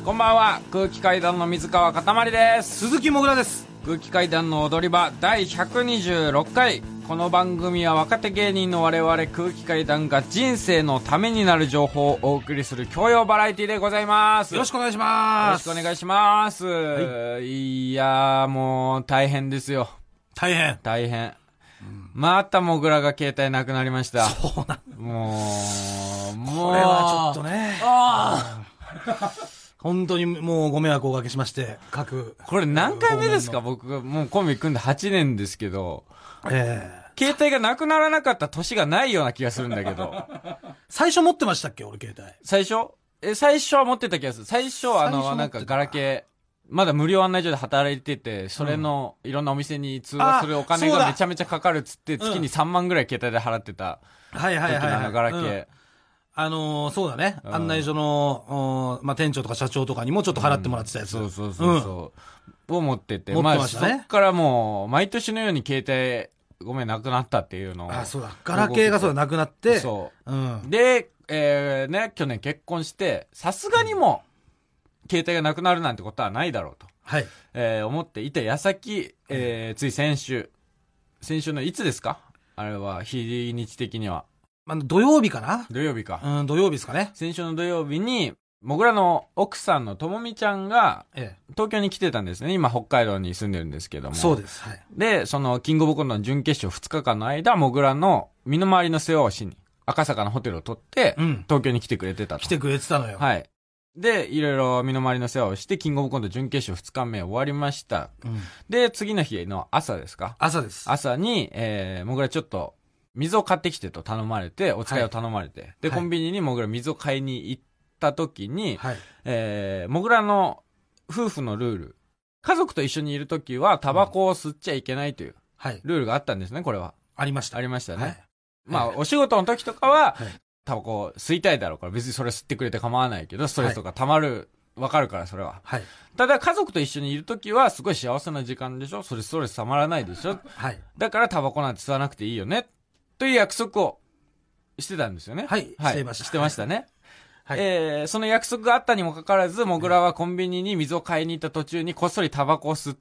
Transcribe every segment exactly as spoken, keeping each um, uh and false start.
こんばんは、空気階段の水川かたまりです。 鈴木もぐらです。 空気階段の踊り場だいひゃくにじゅうろっかい。この番組は若手芸人の我々空気階段が人生のためになる情報をお送りする教養バラエティでございます。 よろしくお願いします。 よろしくお願いします、はい、いやーもう大変ですよ。 大変大変、うん、またモグラが携帯なくなりました。 そうなんもうもうこれはちょっとねあ本当にもうご迷惑をおかけしまして、各これ何回目ですか。僕がもうコンビ組んではちねんですけど、 えー、携帯がなくならなかった年がないような気がするんだけど最初持ってましたっけ、俺携帯。 最初え最初は持ってた気がする。最初はあのなんかガラケーまだ無料案内所で働いてて、それのいろんなお店に通話するお金がめちゃめちゃかかるっつって月にさんまんぐらい携帯で払ってた時のガラケー。 あのー、そうだね、うん、案内所の、まあ、店長とか社長とかにもちょっと払ってもらってたやつ、 うん、そうそうそうそう、うん、を持ってて、 持ってましたね。 まあ、そっからもう毎年のように携帯ごめんなくなったっていうのを。 あ、そうだ、ガラケーがそうだなくなって、 そう、うん、で、えー、ね去年結婚してさすがにもう携帯がなくなるなんてことはないだろうと、 はい、 えー、思っていた矢先、えー、つい先週先週のいつですか、あれは日にち的にはあの土曜日かな。 土曜日か。 うん、土曜日ですかね。 先週の土曜日に、もぐらの奥さんのともみちゃんが、東京に来てたんですね。今、北海道に住んでるんですけども。 そうです。はい。 で、その、キングオブコントの準決勝ふつかかんの間、もぐらの身の回りの世話をしに、赤坂のホテルを取って、うん、東京に来てくれてたと。 来てくれてたのよ。 はい。で、いろいろ身の回りの世話をして、キングオブコント準決勝ふつかめ終わりました。うん、で、次の日の朝ですか？ 朝です。 朝に、えー、もぐらちょっと、水を買ってきてと頼まれて、お使いを頼まれて、はい、で、コンビニにもぐら水を買いに行った時に、はい、えー、もぐらの夫婦のルール、家族と一緒にいる時はタバコを吸っちゃいけないというルールがあったんですね、これは。 ありました。 ありましたね。はい、まあ、 はい、 お仕事の時とかは、はい、タバコ吸いたいだろうから別にそれ吸ってくれて構わないけど、ストレスとか溜まる、わかるからそれは。はい。ただ家族と一緒にいる時はすごい幸せな時間でしょ、それストレス溜まらないでしょ。はい。だからタバコなんて吸わなくていいよね。という約束をしてたんですよね。 はい、はい、していました。 してましたね。 はい、 えー、その約束があったにもかかわらず、もぐらはコンビニに水を買いに行った途中にこっそりタバコを吸って、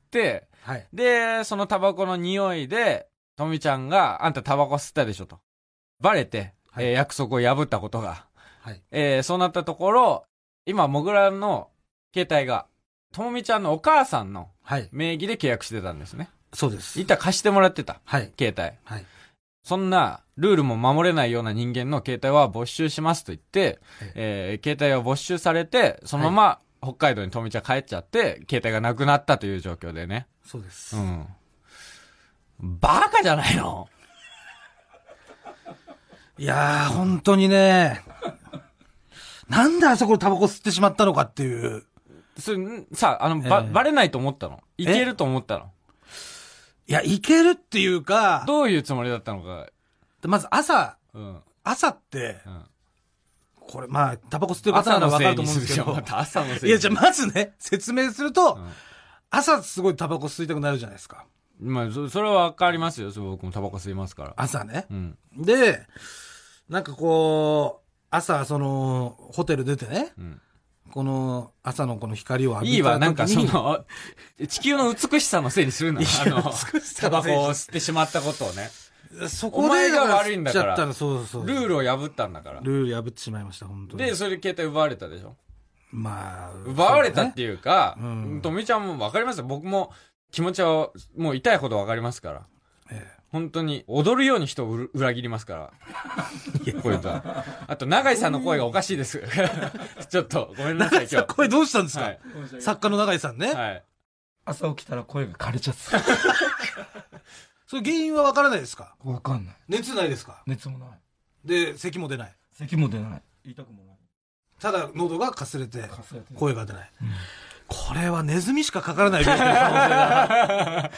はい、で、そのタバコの匂いで、とみちゃんが、あんたタバコ吸ったでしょと。バレて、はい、えー、約束を破ったことが。はい、えー、そうなったところ、今、もぐらの携帯が、とみちゃんのお母さんの名義で契約してたんですね。 そうです。 一旦貸してもらってた。 はい、 携帯。 はい。 そんな、ルールも守れないような人間の携帯は没収しますと言って、はい、えー、携帯を没収されて、そのまま北海道にとみちゃん帰っちゃって、携帯がなくなったという状況でね。 そうです。 うん。バカじゃないの？ いやー、本当にね、なんであそこでタバコ吸ってしまったのかっていう。 それ、さ、あの、ば、えー、バレないと思ったの？いけると思ったの？ いや、いけるっていうか、 どういうつもりだったのか。 まず朝、うん、朝って、うん、これ、まあ、タバコ吸ってる方ならわかると思うんですけど、 朝のせい。 いや、じゃあまずね、説明すると、うん、朝すごいタバコ吸いたくなるじゃないですか。 まあ、そ, それはわかりますよ。僕もタバコ吸いますから。 朝ね。 うん、 で、なんかこう、朝、その、ホテル出てね、うん、この朝のこの光を浴びた時にいいわ、なんかその地球の美しさのせいにするんだ。あのタバコを吸ってしまったことをね。 そこでお前が悪いんだから。 そうそうルールを破ったんだから。 ルール破ってしまいました本当に。 でそれで携帯奪われたでしょ。 まあ奪われたっていうか、とみちゃんもわかりますよ。僕も気持ちはもう痛いほどわかりますから。ええ、本当に踊るように人を裏切りますから。こういうとあと永井さんの声がおかしいです。ちょっとごめんなさい今日。 声どうしたんですか、はい、作家の永井さんね、 はい、 朝起きたら声が枯れちゃってた。 それ原因はわからないですか？ わかんない。 熱ないですか？ 熱もない。 で咳も出ない？ 咳も出ない。痛くもない。ただ喉がかすれて声が出ない、うん、これはネズミしかかからない病気の可能性が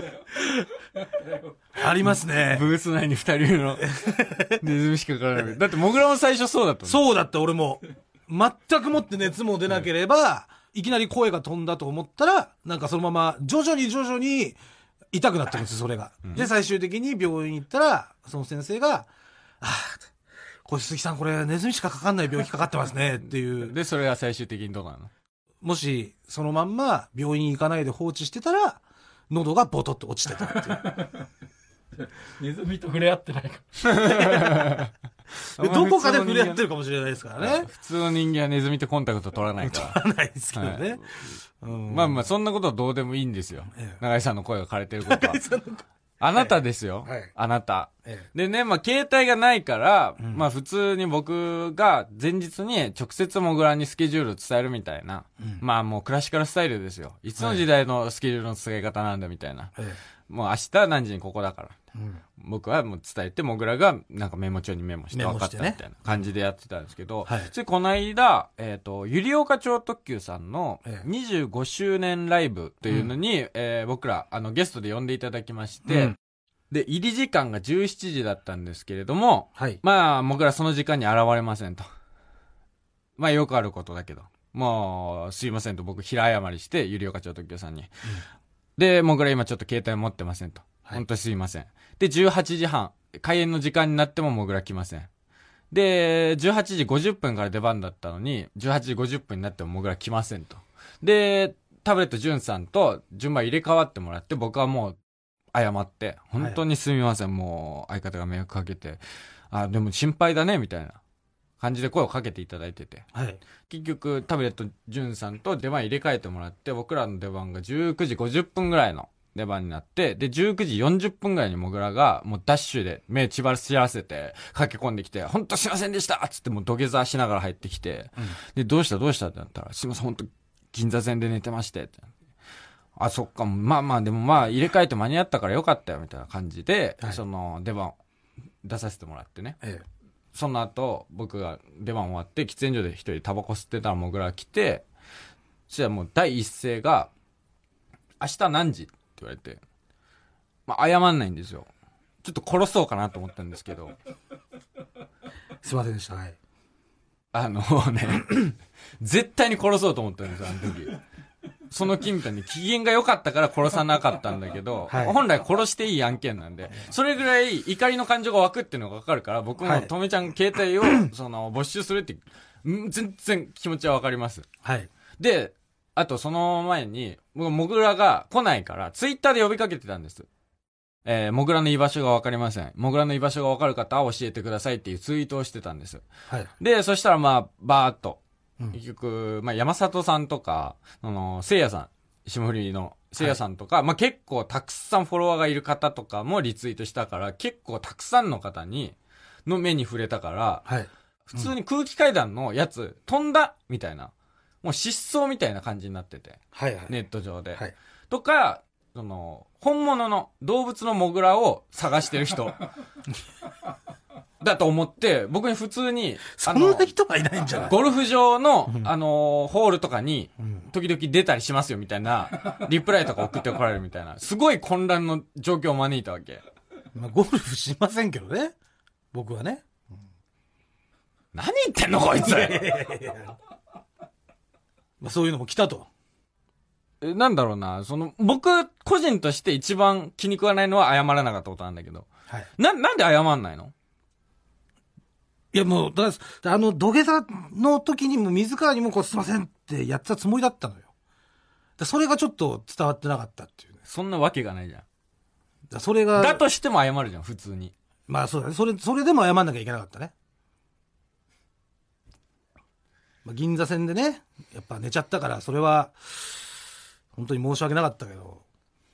ありますね。 ブース内に二人のネズミしかかからない。だってモグラも最初そうだったの。 そうだった。俺も全くもって熱も出なければ、いきなり声が飛んだと思ったらなんかそのまま徐々に徐々に痛くなってるんですそれが、うん、で最終的に病院行ったらその先生がああ小杉さんこれネズミしかかかんない病気かかってますねっていう。 でそれが最終的にどうなの？ もしそのまんま病院行かないで放置してたら喉がボトッと落ちてたっていうネズミと触れ合ってないかどこかで触れ合ってるかもしれないですからね。 普通の人間はネズミとコンタクト取らないから。 取らないですけどね。はいうん、まあまあ、そんなことはどうでもいいんですよ。 ええ、 永井さんの声が枯れてることは。あなたですよ。 はい、 あなた、 ええ。 でね、まあ、携帯がないから、 うん、 まあ、普通に僕が前日に直接モグラにスケジュールを伝えるみたいな。うん、まあ、もうクラシカルスタイルですよ。いつの時代のスケジュールの使い方なんだみたいな。はい、もう明日何時にここだから。うん、僕はもう伝えて、モグラがなんかメモ帳にメモして分かったみたいな感じでやってたんですけど、はい、ついこの間、えっ、ー、と、ゆりおか超特急さんのにじゅうごしゅうねんライブというのに、ええー、僕らあのゲストで呼んでいただきまして、うん、で、入り時間がじゅうしちじだったんですけれども、はい、まあ、僕らその時間に現れませんと。まあ、よくあることだけど、もう、すいませんと僕平謝りして、ゆりおか超特急さんに。うん、で、僕ら今ちょっと携帯持ってませんと。はい、本当にすいません。で、じゅうはちじはん、開演の時間になってもモグラ来ません。で、じゅうはちじごじゅっぷんから出番だったのに、じゅうはちじごじゅっぷんになってもモグラ来ませんと。で、タブレットジュンさんと順番入れ替わってもらって、僕はもう謝って、本当にすみません、はい、もう相方が迷惑かけて、あ、でも心配だね、みたいな感じで声をかけていただいてて。はい、結局、タブレットジュンさんと出番入れ替えてもらって、僕らの出番がじゅうくじごじゅっぷんぐらいの出番になって、で、じゅうくじよんじゅっぷんぐらいにモグラが、もうダッシュで目血走らせて、駆け込んできて、ほんとすいませんでしたつってもう土下座しながら入ってきて、うん、で、どうしたどうしたってなったら、すいません、ほんと銀座線で寝てまして、って。あ、そっか、まあまあ、でもまあ、入れ替えて間に合ったからよかったよ、みたいな感じで、はい、その、出番、出させてもらってね。ええ、その後、僕が出番終わって、喫煙所で一人タバコ吸ってたらモグラが来て、そしたらもう第一声が、明日何時言われて、まあ、謝んないんですよ。ちょっと殺そうかなと思ったんですけど。 すいませんでした。はい。 あのね、絶対に殺そうと思ったんですよ、あの時。その金太に機嫌が良かったから殺さなかったんだけど、はい、本来殺していい案件なんで、それぐらい怒りの感情が湧くっていうのがわかるから、僕もとめちゃん携帯を、その、没収するって、全然気持ちはわかります。はい。で、あとその前に、モグラが来ないから、ツイッターで呼びかけてたんです。えー、モグラの居場所がわかりません。モグラの居場所がわかる方は教えてくださいっていうツイートをしてたんです。はい。で、そしたらまあ、バーっと、うん、結局、まあ、山里さんとか、あの、せいやさん、霜降りのせいやさんとか、はい、まあ、結構たくさんフォロワーがいる方とかもリツイートしたから、結構たくさんの方に、の目に触れたから、はい。普通に空気階段のやつ、飛んだみたいな。もう失踪みたいな感じになってて。はいはい。ネット上で。はい。とか、その、本物の動物のモグラを探してる人。だと思って、僕に普通に、 そんな人はいないんじゃない？ ゴルフ場の、あのー、ホールとかに、時々出たりしますよみたいな、リプライとか送ってこられるみたいな、すごい混乱の状況を招いたわけ。 まあ、ゴルフしませんけどね。僕はね。 うん、何言ってんのこいつまあそういうのも来たと。 え、なんだろうな、その、僕、個人として一番気に食わないのは謝らなかったことなんだけど。はい。な、なんで謝んないの？ いやもう、だあの、土下座の時にも自らにもこう、すいませんってやってたつもりだったのよ。だそれがちょっと伝わってなかったっていうね。 そんなわけがないじゃん。 だそれが。 だとしても謝るじゃん、普通に。 まあそうだね。それ、それでも謝んなきゃいけなかったね。まあ、銀座線でね、やっぱ寝ちゃったから、それは、本当に申し訳なかったけど。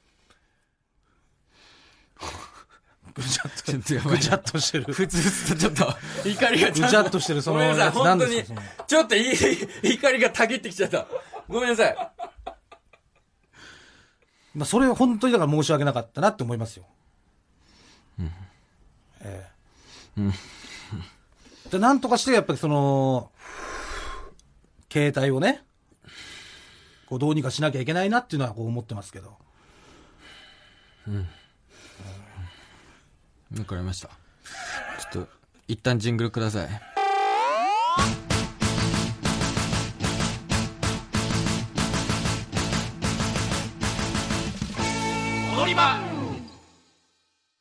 ぐちゃっと、ぐちゃっとしてる。 普通とちょっと、怒りがちゃんと。ぐちゃっとしてる、その、 やつなんですか？ちょっとい怒りがたぎってきちゃった。ごめんなさい。 まあ、それは本当にだから申し訳なかったなって思いますよ。うん。ええ。うん。で、なんとかして、やっぱりその、携帯をね、こうどうにかしなきゃいけないなっていうのはこう思ってますけど。 うん。わかりました。ちょっと、一旦ジングルください。踊り場。改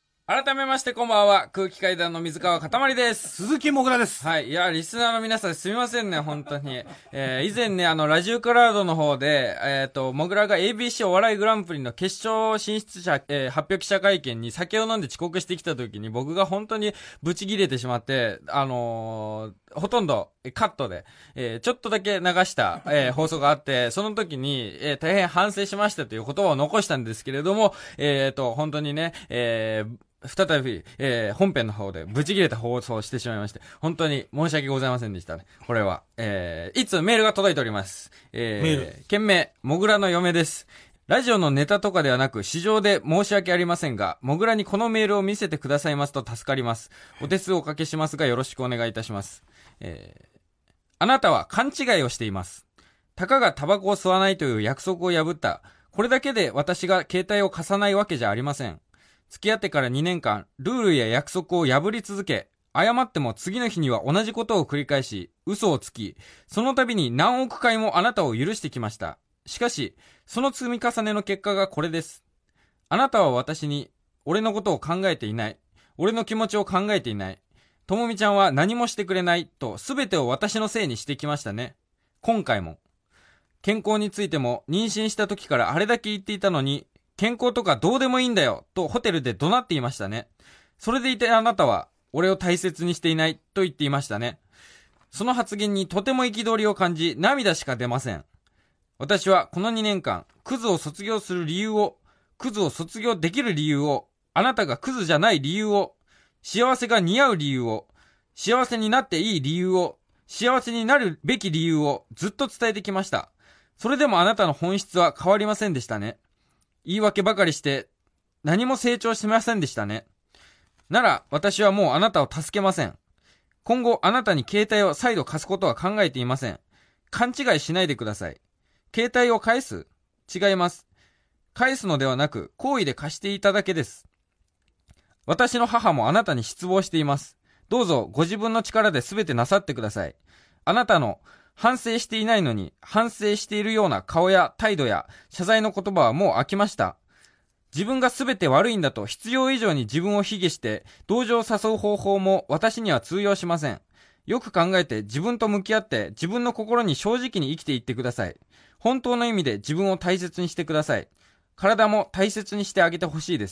改めましてこんばんは。空気階段の水川かたまりです。 鈴木もぐらです。 はい。いや、リスナーの皆さんすみませんね、本当に。えー、以前ね、あの、ラジオクラウドの方で、えっ、ー、と、もぐらが エービーシー お笑いグランプリの決勝進出者、えー、発表記者会見に酒を飲んで遅刻してきた時に僕が本当にブチ切れてしまって、あのー、ほとんどカットで、えー、ちょっとだけ流した、えー、放送があって、その時に、えー、大変反省しましたという言葉を残したんですけれども、えっ、ー、と、本当にね、えー、再び、えー、本編の方でブチ切れた放送をしてしまいまして、本当に申し訳ございませんでしたね。これは。えー、いつメールが届いております。えー、メール。件名、もぐらの嫁です。ラジオのネタとかではなく、市場で申し訳ありませんが、もぐらにこのメールを見せてくださいますと助かります。お手数をおかけしますがよろしくお願いいたします。えー、あなたは勘違いをしています。たかがタバコを吸わないという約束を破った。これだけで私が携帯を貸さないわけじゃありません。付き合ってからにねんかん、ルールや約束を破り続け、誤っても次の日には同じことを繰り返し、嘘をつき、その度に何億回もあなたを許してきました。しかし、その積み重ねの結果がこれです。あなたは私に、俺のことを考えていない。俺の気持ちを考えていない。ともみちゃんは何もしてくれないと全てを私のせいにしてきましたね。今回も。健康についても妊娠した時からあれだけ言っていたのに、健康とかどうでもいいんだよとホテルで怒鳴っていましたね。それでいてあなたは俺を大切にしていないと言っていましたね。その発言にとても憤りを感じ涙しか出ません。私はこのにねんかん、クズを卒業する理由を、クズを卒業できる理由を、あなたがクズじゃない理由を、幸せが似合う理由を、幸せになっていい理由を、幸せになるべき理由をずっと伝えてきました。それでもあなたの本質は変わりませんでしたね。言い訳ばかりして何も成長しませんでしたね。なら私はもうあなたを助けません。今後あなたに携帯を再度貸すことは考えていません。勘違いしないでください。携帯を返す？違います。返すのではなく好意で貸していただけです。私の母もあなたに失望しています。どうぞご自分の力で全てなさってください。あなたの反省していないのに反省しているような顔や態度や謝罪の言葉はもう飽きました。自分が全て悪いんだと必要以上に自分を卑下して同情を誘う方法も私には通用しません。よく考えて自分と向き合って自分の心に正直に生きていってください。本当の意味で自分を大切にしてください。体も大切にしてあげてほしいです。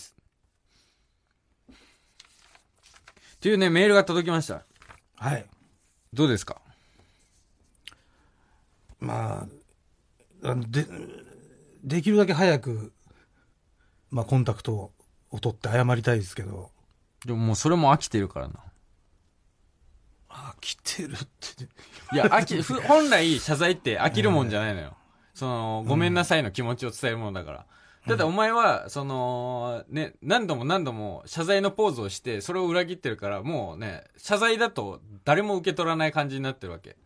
というね、メールが届きました。 はい。 どうですか？ まあ、あので、できるだけ早く、まあ、コンタクトを取って謝りたいですけど。 でももうそれも飽きてるからな。 飽きてるって。 いや、飽き、本来謝罪って飽きるもんじゃないのよ。その、ごめんなさいの気持ちを伝えるものだから。うん、ただお前は、その、ね、何度も何度も謝罪のポーズをして、それを裏切ってるから、もうね、謝罪だと誰も受け取らない感じになってるわけ。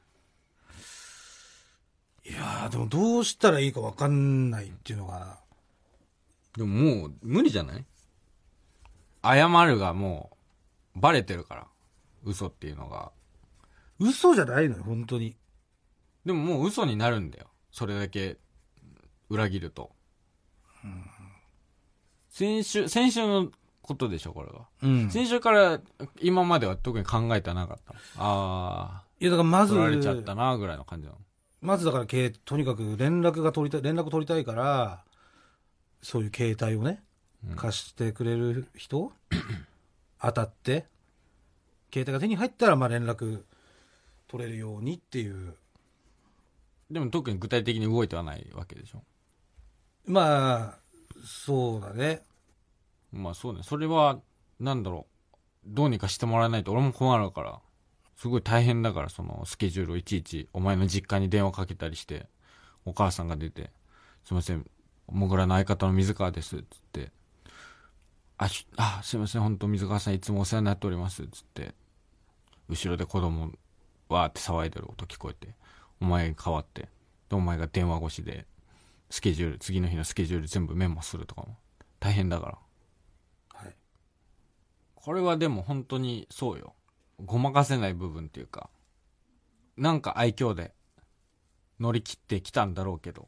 いやー、でもどうしたらいいか分かんないっていうのが。 でももう無理じゃない？謝るがもうバレてるから。嘘っていうのが。 嘘じゃないのよ、本当に。 でももう嘘になるんだよ。それだけ裏切ると。うん、先週、先週のことでしょ、これは。うん、先週から今までは特に考えてなかった。あー。いや、だからまず。 取られちゃったな、ぐらいの感じなの。 まずだから、とにかく連絡が取りたい、連絡取りたいから、そういう携帯をね、うん、貸してくれる人当たって、携帯が手に入ったら、まあ連絡取れるようにっていう。 でも特に具体的に動いてはないわけでしょ。 まあ、そうだね。 まあそうね。それは、なんだろう。どうにかしてもらわないと俺も困るから。すごい大変だから、そのスケジュールをいちいちお前の実家に電話かけたりして、お母さんが出て、すいません、もぐらの相方の水川ですっつって、あ、あ、すいません、本当水川さんいつもお世話になっておりますっつって、後ろで子供わーって騒いでる音聞こえて、お前に代わって、でお前が電話越しでスケジュール、次の日のスケジュール全部メモするとかも大変だから。 はい。 これはでも本当にそうよ。ごまかせない部分っていうか、なんか愛嬌で乗り切ってきたんだろうけど、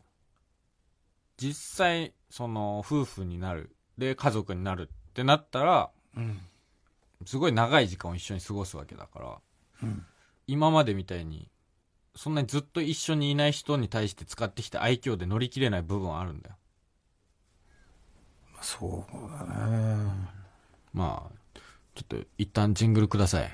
実際その夫婦になるで家族になるってなったら、うん、 すごい長い時間を一緒に過ごすわけだから、うん、今までみたいにそんなにずっと一緒にいない人に対して使ってきた愛嬌で乗り切れない部分はあるんだよ。 そうだね。 まあちょっと一旦ジングルください。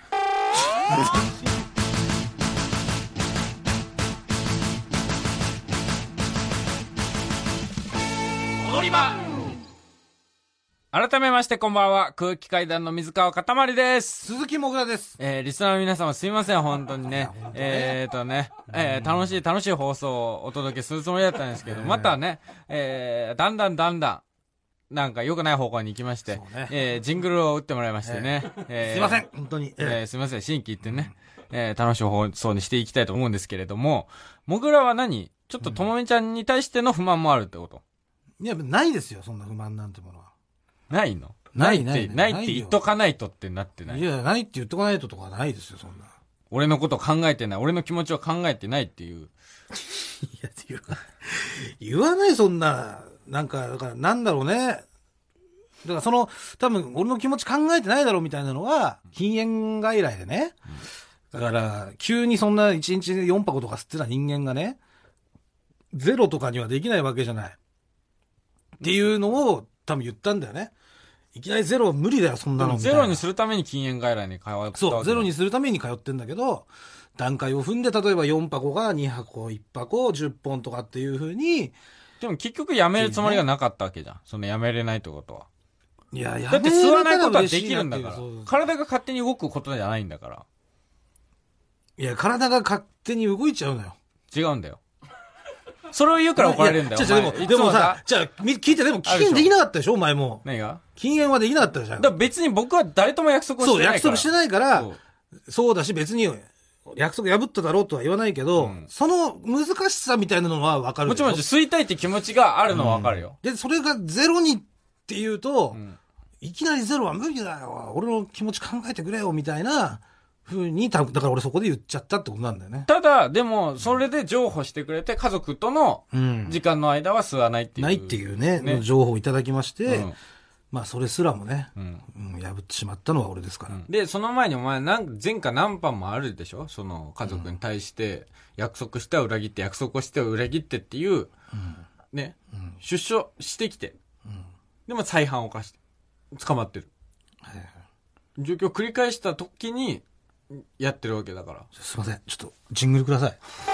踊り場。改めましてこんばんは、空気階段の水川かたまりです。 鈴木もぐらです。 えー、リスナーの皆様すいません、本当にね。えーとね、えー、楽しい楽しい放送をお届けするつもりだったんですけど、またね、えー、だんだんだんだん、なんか良くない方向に行きまして、ね、えー、ジングルを打ってもらいましてね。 えーえー、すいません、本当に。 えー、えー、すいません、新規言ってね、えー、楽しい放送にしていきたいと思うんですけれども、もぐらは何ちょっとともみちゃんに対しての不満もあるってこと？ いや、ないですよ、そんな不満なんてものは。 ないの？ ないないって、ないって言っとかないとってなってない。 いや、ないって言っとかないととかないですよ、そんな。 俺のこと考えてない。俺の気持ちを考えてないっていう。いや、言わ、言わない、そんな。なんか、だから、なんだろうね。だから、その、多分、俺の気持ち考えてないだろうみたいなのは、禁煙外来でね。だから、急にそんないちにちよん箱とか吸ってた人間がね、ゼロとかにはできないわけじゃない。っていうのを、多分言ったんだよね。いきなりゼロは無理だよ、そんなの。 ゼロにするために禁煙外来に通ってた。 そう、ゼロにするために通ってんだけど、段階を踏んで、例えばよん箱がに箱、いち箱、じゅっぽんとかっていう風に。 でも結局やめるつもりがなかったわけじゃん。そのやめれないってことは。 いや、やめれない。だって吸わないことはできるんだから。体が勝手に動くことじゃないんだから。 いや、体が勝手に動いちゃうのよ。 違うんだよ。それを言うから怒られるんだよ。 じゃあ、でも、でもさ、じゃあ、聞いて、でも、禁煙できなかったでしょお前も。 何が？ 禁煙はできなかったじゃん。 だから別に僕は誰とも約束をしてないから。 そう、約束してないから、そう、そうだし、別に、約束破っただろうとは言わないけど、うん、その難しさみたいなのは分かる。 もちろん、吸いたいって気持ちがあるのは分かるよ。 うん、で、それがゼロにって言うと、うん、いきなりゼロは無理だよ。俺の気持ち考えてくれよ、みたいな、ふうに、だから俺そこで言っちゃったってことなんだよね。 ただ、でも、それで譲歩してくれて、家族との時間の間は吸わないっていう。 ないっていうね、ね情報をいただきまして、うん、まあ、それすらもね、うんうん、破ってしまったのは俺ですから。うん、 で、その前にお前、なん前科何犯もあるでしょその家族に対して、約束しては裏切って、約束をしては裏切ってっていう、うん、ね、うん、出所してきて、うん、でも再犯を犯して、捕まってる。はいはい、状況を繰り返した時に、やってるわけだから。 すいません。ちょっと、ジングルください。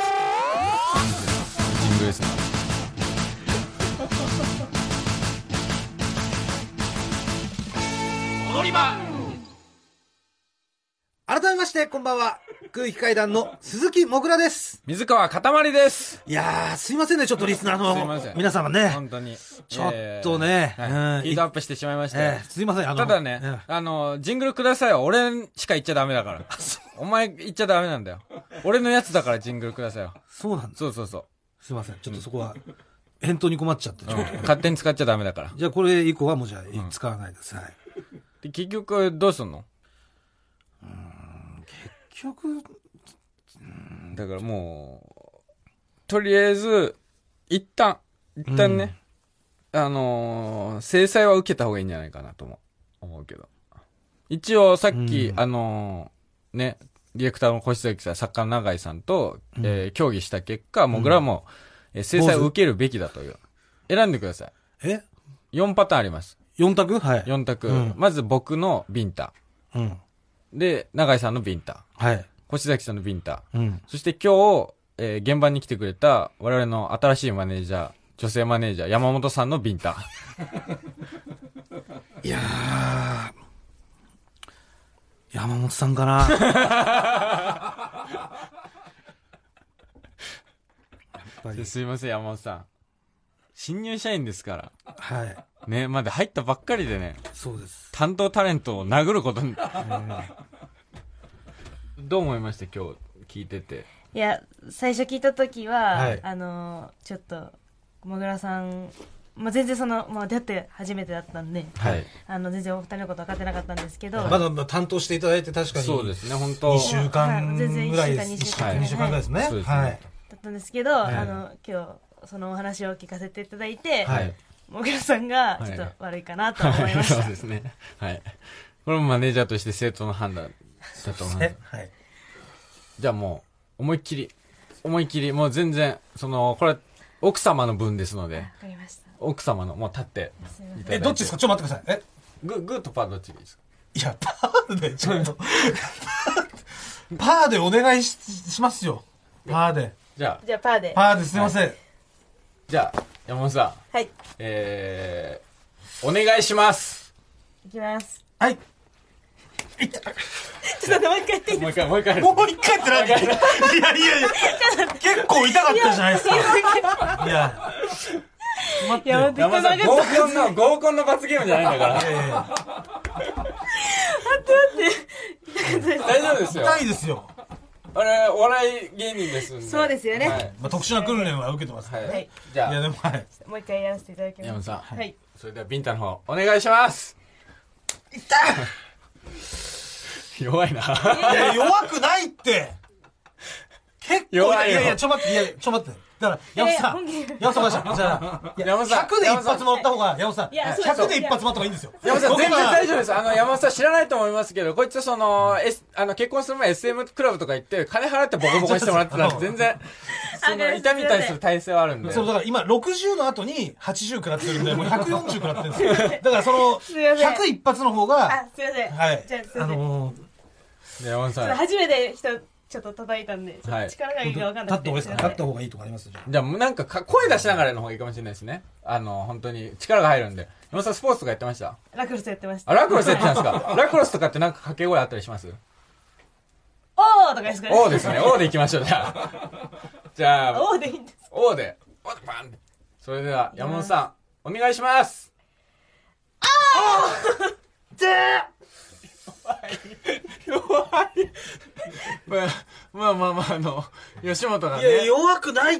ジングルですね。踊り場。 改めまして、こんばんは。空気階段の鈴木もぐらです。 水川かたまりです。 いやー、すいませんね、ちょっとリスナーの皆様ね。 本当に。 ちょっとね、 えーはい、ヒートアップしてしまいました、 えー。すいません、あの。 ただね、えー、あの、ジングルくださいは俺しか言っちゃダメだから。お前言っちゃダメなんだよ。俺のやつだからジングルくださいよ。 そうなんだ。 そうそうそう。 すいません、ちょっとそこは、返答に困っちゃって、ちょっと、 うん。勝手に使っちゃダメだから。 じゃあこれ以降はもうじゃあ、うん、使わないでください。 で結局、どうすんの？ うーん、結局、 だからもう、とりあえず、一旦、一旦ね、うん、あのー、制裁は受けた方がいいんじゃないかなと思う、思うけど。一応さっき、うん、あのー、ね、ディレクターの越崎さん、作家の永井さんと、うん、えー、協議した結果、もぐらも、うん、制裁を受けるべきだという。選んでください。 え ? よん パターンあります。 よん択はい。 よん択。うん、まず僕のビンタ。うん。で、永井さんのビンタ。 はい。 越崎さんのビンタ。うん。そして今日、えー、現場に来てくれた我々の新しいマネージャー、女性マネージャー、山本さんのビンタ。 いやー、山本さんかな。 すいません、山本さん。新入社員ですから。 はい。 ね、まだ入ったばっかりでね。 そうです。 担当タレントを殴ることに。どう思いました今日聞いてて。 いや、最初聞いた時は、はい、あのちょっともぐらさん、まあ、全然その、まあ、出会って初めてだったんで、はい、あの全然お二人のこと分かってなかったんですけど、 まだ担当していただいて確かにそうですね、本当にしゅうかんぐらいです、 はい、 いっしゅうかんにしゅうかんぐらいですね、はい、 そうですね、はい、だったんですけど、はい、あの今日そのお話を聞かせていただいて、はい、もぐらさんがちょっと悪いかなと思いました、 はい、そうですね、はい。 これもマネージャーとして正当な判断だと思います。はい。じゃあもう、思いっきり、思いっきり、もう全然、その、これ、奥様の分ですので。わかりました。 奥様の、もう立っていただいて。え、どっちですか？ちょっと待ってください。えグー、グーとパーどっちがいいですか？ いや、パーで、ちょっと。パーでお願い し, しますよ。パーで。 じゃあ。 じゃあパーで。 パーですいません。はい、 じゃあ、山本さん。 はい。 えー、お願いします。 いきます。 はい。 ちょっと待ってもう一回やっていいですか？ もう一回、 もう一回って何？いやいやいや、結構痛かったじゃないですか。いや、 待って。山本さん、 合コンの、合コンの罰ゲームじゃないんだから。いやいや待って待って。 大丈夫ですよ。 痛いですよ。 あれ、お笑い芸人ですんで。 そうですよね。 はいまあ、特殊な訓練は受けてますから、ね。はい。 じゃあ、 いやでもはい。 もう一回やらせていただきます。 山本さん。 はい。 それでは、ビンタの方、お願いします。 痛い弱いな。 いや、弱くないって。結構弱いよ。 いやいや、ちょ待って、いや、ちょ待って。だから、山本さん、山本さん、じゃあ、山本さん、ひゃくで一発乗った方が、山本さん、ひゃくで一発乗った方がいいんですよ。 山本さん、全然大丈夫です。あの、山本さん知らないと思いますけど、こいつその、S、あの、結婚する前 エスエム クラブとか行って、金払ってボコボコにしてもらってたら、全然、その、痛みに対する体制はあるんで。 そう、だから今、ろくじゅうの後にはちじゅう食らってるんで、もうひゃくよんじゅう食らってるんですよ。だからその、ひゃく一発の方が、 あ、すいません。 はい。 じゃあ、すいません。 あのー、山本さん。 初めて人、ちょっと叩いたんで、はい、力がいいか分かんない。 立った方がいいですか？立った方がいいとかあります？ じゃあ、なんかか、声出しながらの方がいいかもしれないですね。あの、本当に力が入るんで。山本さん、スポーツとかやってました？ ラクロスやってました。 あ、ラクロスやってたんですか？ラクロスとかってなんか掛け声あったりします？ おーとかですかね？ おーですね。おーでいきましょう、じゃあ。じゃあ、 おーでいいんです。 おーで。おーでバンって。それでは、山本さん、お願いします。 あーでー弱い。まあ、まあまあまあ、あの、吉本がね。 いや、弱くないって。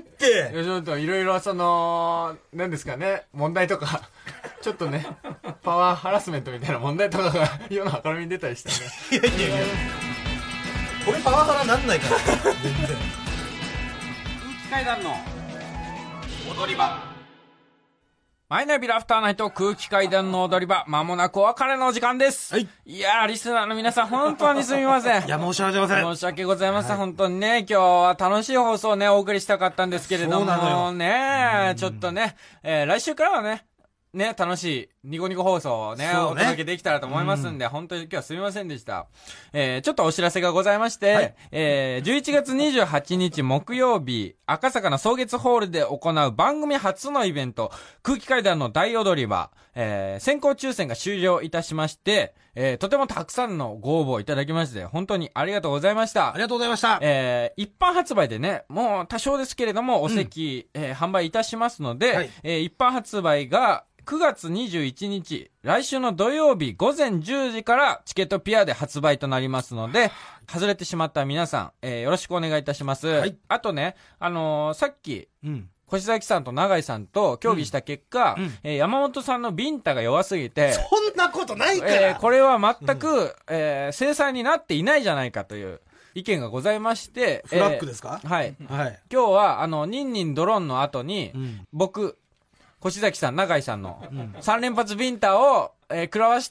吉本はいろいろその、何ですかね、問題とか、ちょっとね、パワーハラスメントみたいな問題とかが世の明るみに出たりしたね。いやいやいや。これパワハラなんないから。全然。空気階段の踊り場。マイナビラフターナイト空気階段の踊り場、まもなくお別れの時間です。はい。いやー、リスナーの皆さん、本当にすみません。 いや、申し訳ございません。 申し訳ございません。はい、本当にね、今日は楽しい放送をね、お送りしたかったんですけれども、そうなのよね、ちょっとね、えー、来週からはね、ね、楽しいニコニコ放送をね、ねお届けできたらと思いますんで、うん、本当に今日はすみませんでした。えー、ちょっとお知らせがございまして、はい、えー、じゅういちがつにじゅうはちにち木曜日、赤坂の草月ホールで行う番組初のイベント、空気階段の大踊り場、えー、先行抽選が終了いたしまして、えー、とてもたくさんのご応募いただきまして、本当にありがとうございました。 ありがとうございました。 えー、一般発売でね、もう多少ですけれども、お席、うん、えー、販売いたしますので、はい、えー、一般発売が、くがつにじゅういちにち、来週の土曜日ごぜんじゅうじからチケットピアで発売となりますので、外れてしまった皆さん、えー、よろしくお願いいたします。はい、あとね、あのー、さっき、うん、越崎さんと永井さんと協議した結果、うんうん、えー、山本さんのビンタが弱すぎて、 そんなことないから、 えー、これは全く、うん、えー、制裁になっていないじゃないかという意見がございまして、 フラッグですか？ えー、はい。 はい。 今日は、あの、ニンニンドロンの後に、うん、僕、越崎さん、永井さんのさん連発ビンタを、えー、食らわして、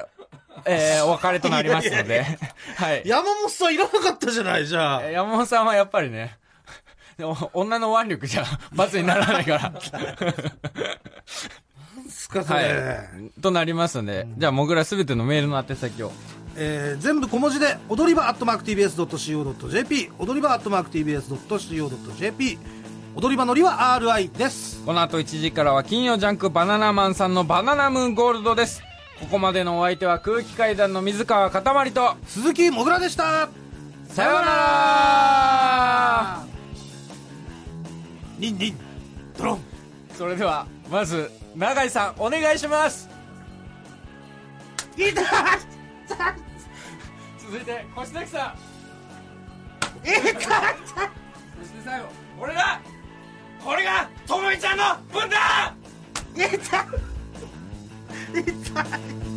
えー、お別れとなりますので。いやいやいやはい。 山本さんいらなかったじゃない、じゃあ。 山本さんはやっぱりね、女の腕力じゃ罰にならないから。 なんすか、それ。 はい。となりますので、うん、じゃあ、もぐらすべてのメールの宛先を。 えー、全部小文字で、踊り場アットマーク ティービーエスドットシーオードットジェーピー、踊り場アットマーク ティービーエスドットシーオードットジェーピー、踊り場のりは アールアイ です。 この後いちじからは金曜ジャンクバナナマンさんのバナナムーンゴールドです。ここまでのお相手は空気階段の水川かたまりと鈴木もぐらでした。 さようなら。 ニンニンドロン。 それではまず永井さんお願いします。 いた続いて越崎さん。 いたそして最後俺がこれがともみちゃんの分だ。 痛い痛い。